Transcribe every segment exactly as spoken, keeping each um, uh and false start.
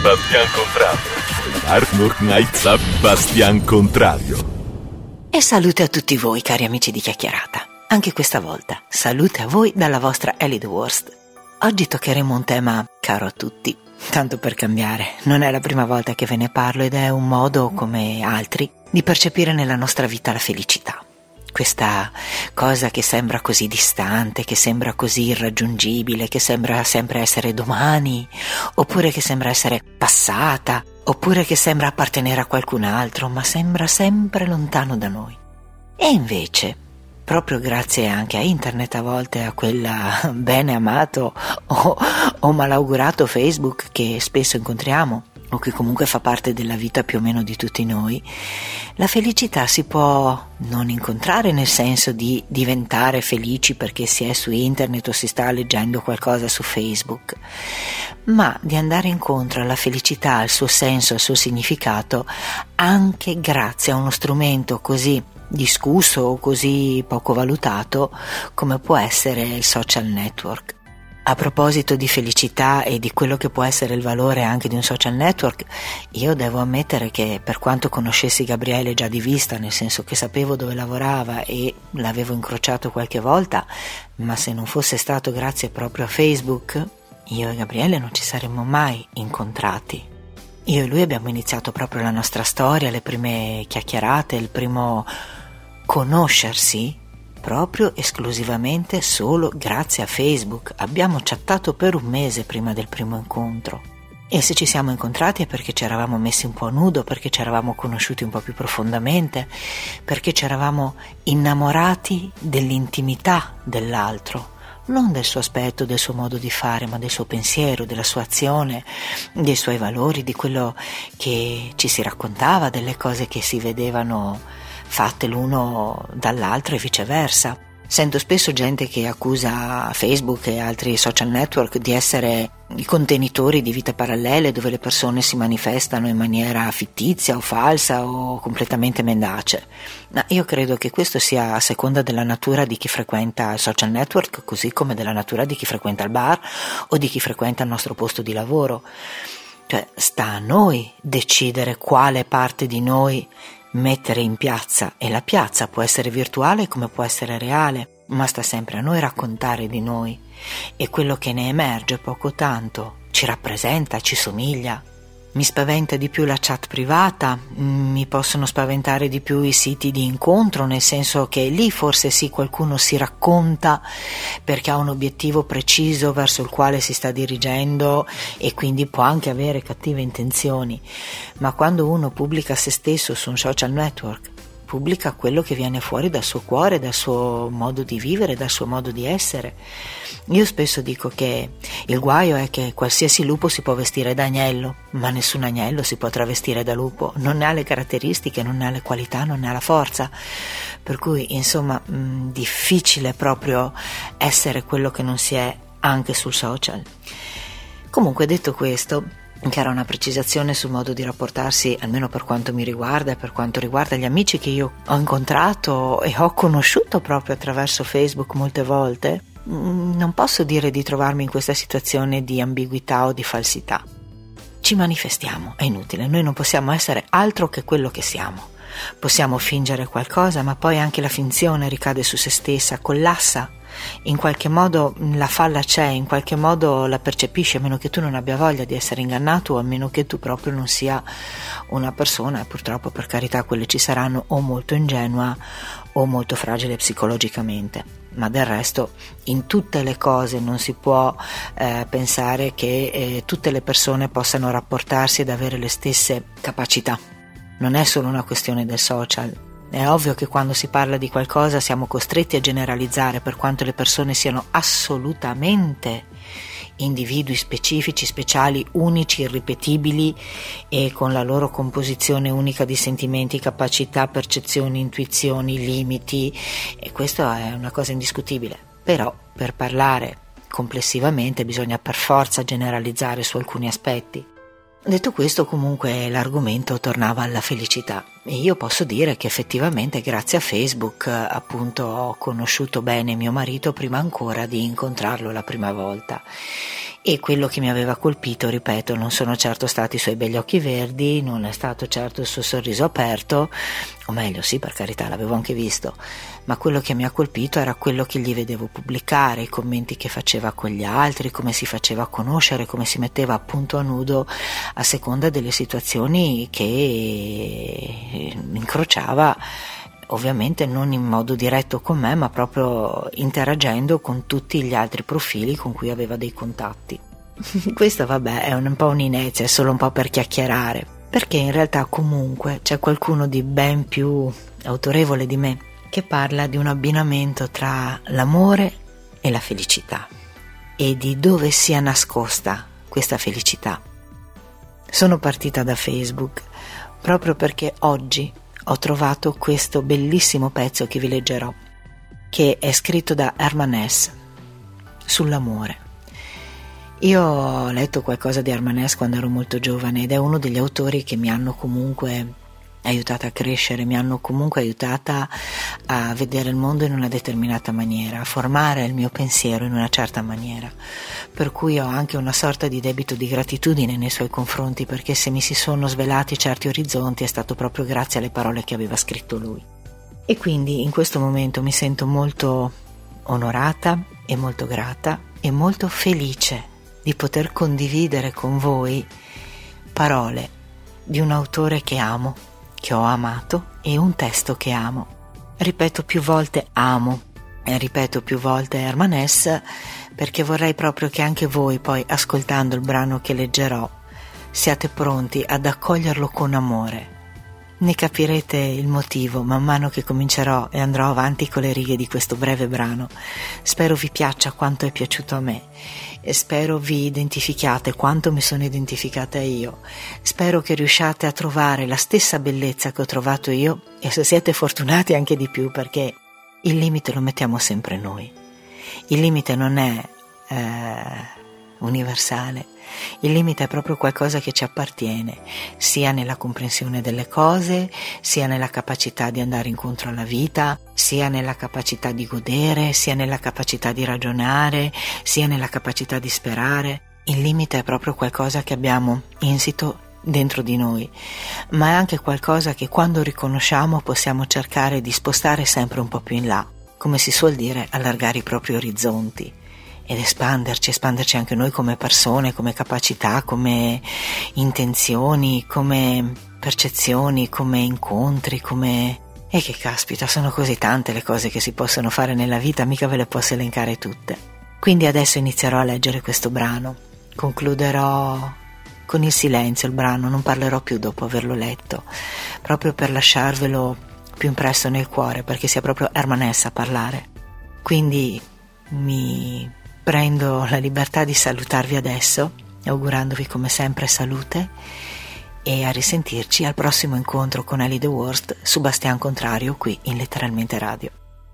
Bastian Contrario. Arnold Knight Bastian Contrario. E salute a tutti voi, cari amici di Chiacchierata. Anche questa volta, salute a voi dalla vostra Ellie the Worst. Oggi toccheremo un tema caro a tutti, tanto per cambiare. Non è la prima volta che ve ne parlo ed è un modo, come altri, di percepire nella nostra vita la felicità. Questa cosa che sembra così distante, che sembra così irraggiungibile, che sembra sempre essere domani, oppure che sembra essere passata, oppure che sembra appartenere a qualcun altro, ma sembra sempre lontano da noi. E invece, proprio grazie anche a internet, a volte a quel bene amato o, o malaugurato Facebook che spesso incontriamo, o che comunque fa parte della vita più o meno di tutti noi, la felicità si può non incontrare nel senso di diventare felici perché si è su internet o si sta leggendo qualcosa su Facebook, ma di andare incontro alla felicità, al suo senso, al suo significato, anche grazie a uno strumento così discusso o così poco valutato come può essere il social network. A proposito di felicità e di quello che può essere il valore anche di un social network, io devo ammettere che, per quanto conoscessi Gabriele già di vista, nel senso che sapevo dove lavorava e l'avevo incrociato qualche volta, ma se non fosse stato grazie proprio a Facebook, io e Gabriele non ci saremmo mai incontrati. Io e lui abbiamo iniziato proprio la nostra storia, le prime chiacchierate, il primo conoscersi, proprio esclusivamente solo grazie a Facebook. Abbiamo chattato per un mese prima del primo incontro, e se ci siamo incontrati è perché ci eravamo messi un po' a nudo, perché ci eravamo conosciuti un po' più profondamente, perché ci eravamo innamorati dell'intimità dell'altro, non del suo aspetto, del suo modo di fare, ma del suo pensiero, della sua azione, dei suoi valori, di quello che ci si raccontava, delle cose che si vedevano fatte l'uno dall'altro e viceversa. Sento spesso gente che accusa Facebook e altri social network di essere i contenitori di vite parallele dove le persone si manifestano in maniera fittizia o falsa o completamente mendace. Ma io credo che questo sia a seconda della natura di chi frequenta il social network, così come della natura di chi frequenta il bar o di chi frequenta il nostro posto di lavoro. Cioè, sta a noi decidere quale parte di noi mettere in piazza, e la piazza può essere virtuale come può essere reale, ma sta sempre a noi raccontare di noi, e quello che ne emerge poco tanto ci rappresenta, ci somiglia. Mi spaventa di più la chat privata, mi possono spaventare di più i siti di incontro, nel senso che lì forse sì, qualcuno si racconta perché ha un obiettivo preciso verso il quale si sta dirigendo e quindi può anche avere cattive intenzioni, ma quando uno pubblica se stesso su un social network, pubblica quello che viene fuori dal suo cuore, dal suo modo di vivere, dal suo modo di essere. Io spesso dico che il guaio è che qualsiasi lupo si può vestire da agnello, ma nessun agnello si può travestire da lupo, non ne ha le caratteristiche, non ne ha le qualità, non ne ha la forza, per cui insomma mh, difficile proprio essere quello che non si è anche sul social. Comunque, detto questo, che era una precisazione sul modo di rapportarsi, almeno per quanto mi riguarda e per quanto riguarda gli amici che io ho incontrato e ho conosciuto proprio attraverso Facebook molte volte, non posso dire di trovarmi in questa situazione di ambiguità o di falsità. Ci manifestiamo, è inutile, noi non possiamo essere altro che quello che siamo. Possiamo fingere qualcosa, ma poi anche la finzione ricade su se stessa, collassa. In qualche modo la falla c'è, in qualche modo la percepisci, a meno che tu non abbia voglia di essere ingannato o a meno che tu proprio non sia una persona, e purtroppo per carità quelle ci saranno, o molto ingenua o molto fragile psicologicamente. Ma del resto in tutte le cose non si può eh, pensare che eh, tutte le persone possano rapportarsi ed avere le stesse capacità. Non è solo una questione del social. È ovvio che quando si parla di qualcosa siamo costretti a generalizzare, per quanto le persone siano assolutamente individui specifici, speciali, unici, irripetibili e con la loro composizione unica di sentimenti, capacità, percezioni, intuizioni, limiti, e questo è una cosa indiscutibile. Però per parlare complessivamente bisogna per forza generalizzare su alcuni aspetti. Detto questo, comunque l'argomento tornava alla felicità e io posso dire che effettivamente grazie a Facebook appunto ho conosciuto bene mio marito prima ancora di incontrarlo la prima volta, E quello che mi aveva colpito, ripeto, non sono certo stati i suoi begli occhi verdi, non è stato certo il suo sorriso aperto, o meglio sì, per carità, l'avevo anche visto, ma quello che mi ha colpito era quello che gli vedevo pubblicare, i commenti che faceva con gli altri, come si faceva conoscere, come si metteva appunto a nudo a seconda delle situazioni che incrociava, ovviamente non in modo diretto con me, ma proprio interagendo con tutti gli altri profili con cui aveva dei contatti. Questo vabbè è un po' un'inezia, è solo un po' per chiacchierare, perché in realtà comunque c'è qualcuno di ben più autorevole di me che parla di un abbinamento tra l'amore e la felicità e di dove sia nascosta questa felicità. Sono partita da Facebook proprio perché oggi ho trovato questo bellissimo pezzo che vi leggerò, che è scritto da Herman Hesse sull'amore. Io ho letto qualcosa di Herman Hesse quando ero molto giovane ed è uno degli autori che mi hanno comunque aiutata a crescere, mi hanno comunque aiutata a vedere il mondo in una determinata maniera, a formare il mio pensiero in una certa maniera, per cui ho anche una sorta di debito di gratitudine nei suoi confronti, perché se mi si sono svelati certi orizzonti è stato proprio grazie alle parole che aveva scritto lui. E quindi in questo momento mi sento molto onorata e molto grata e molto felice di poter condividere con voi parole di un autore che amo, che ho amato, e un testo che amo. Ripeto più volte amo e ripeto più volte Herman Hesse perché vorrei proprio che anche voi poi, ascoltando il brano che leggerò, siate pronti ad accoglierlo con amore. Ne capirete il motivo man mano che comincerò e andrò avanti con le righe di questo breve brano. Spero vi piaccia quanto è piaciuto a me e spero vi identifichiate quanto mi sono identificata io. Spero che riusciate a trovare la stessa bellezza che ho trovato io, e se siete fortunati anche di più, perché il limite lo mettiamo sempre noi. Il limite non è eh, universale. Il limite è proprio qualcosa che ci appartiene, sia nella comprensione delle cose, sia nella capacità di andare incontro alla vita, sia nella capacità di godere, sia nella capacità di ragionare, sia nella capacità di sperare. Il limite è proprio qualcosa che abbiamo insito dentro di noi, ma è anche qualcosa che quando riconosciamo possiamo cercare di spostare sempre un po' più in là, come si suol dire, allargare i propri orizzonti ed espanderci, espanderci anche noi come persone, come capacità, come intenzioni, come percezioni, come incontri, come... E che caspita, sono così tante le cose che si possono fare nella vita, mica ve le posso elencare tutte. Quindi adesso inizierò a leggere questo brano, concluderò con il silenzio il brano, non parlerò più dopo averlo letto, proprio per lasciarvelo più impresso nel cuore, perché sia proprio Herman Hesse a parlare. Quindi mi prendo la libertà di salutarvi adesso, augurandovi come sempre salute, e a risentirci al prossimo incontro con Ellie The Worst su Bastian Contrario qui in Letteralmente Radio.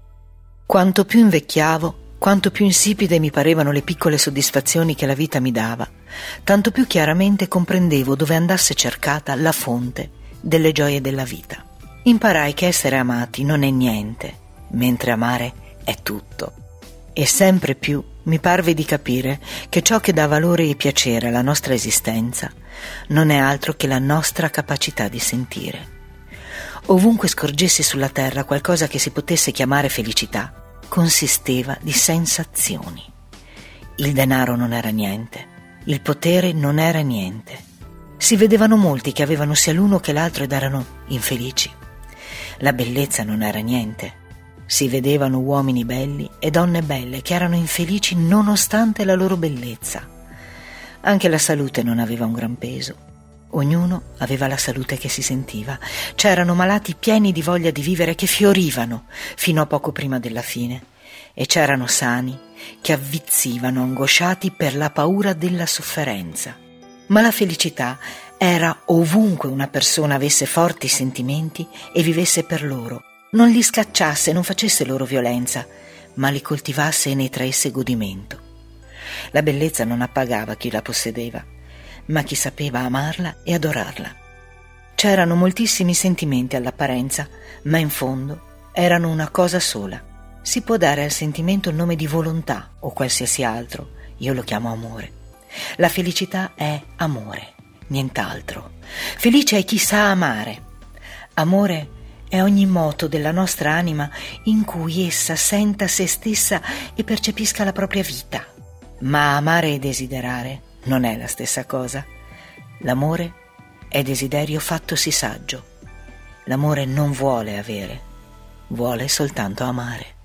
Quanto più invecchiavo, quanto più insipide mi parevano le piccole soddisfazioni che la vita mi dava, tanto più chiaramente comprendevo dove andasse cercata la fonte delle gioie della vita. Imparai che essere amati non è niente, mentre amare è tutto. E sempre più mi parve di capire che ciò che dà valore e piacere alla nostra esistenza non è altro che la nostra capacità di sentire. Ovunque scorgessi sulla terra qualcosa che si potesse chiamare felicità, consisteva di sensazioni. Il denaro non era niente, il potere non era niente. Si vedevano molti che avevano sia l'uno che l'altro ed erano infelici. La bellezza non era niente. Si vedevano uomini belli e donne belle che erano infelici nonostante la loro bellezza. Anche la salute non aveva un gran peso. Ognuno aveva la salute che si sentiva. C'erano malati pieni di voglia di vivere che fiorivano fino a poco prima della fine, e c'erano sani che avvizzivano angosciati per la paura della sofferenza. Ma la felicità era ovunque una persona avesse forti sentimenti e vivesse per loro, non li scacciasse, non facesse loro violenza, ma li coltivasse e ne traesse godimento. La bellezza non appagava chi la possedeva, ma chi sapeva amarla e adorarla. C'erano moltissimi sentimenti all'apparenza, ma in fondo erano una cosa sola. Si può dare al sentimento il nome di volontà o qualsiasi altro, io lo chiamo amore. La felicità è amore, nient'altro. Felice è chi sa amare. Amore è ogni moto della nostra anima in cui essa senta se stessa e percepisca la propria vita. Ma amare e desiderare non è la stessa cosa. L'amore è desiderio fattosi saggio. L'amore non vuole avere, vuole soltanto amare.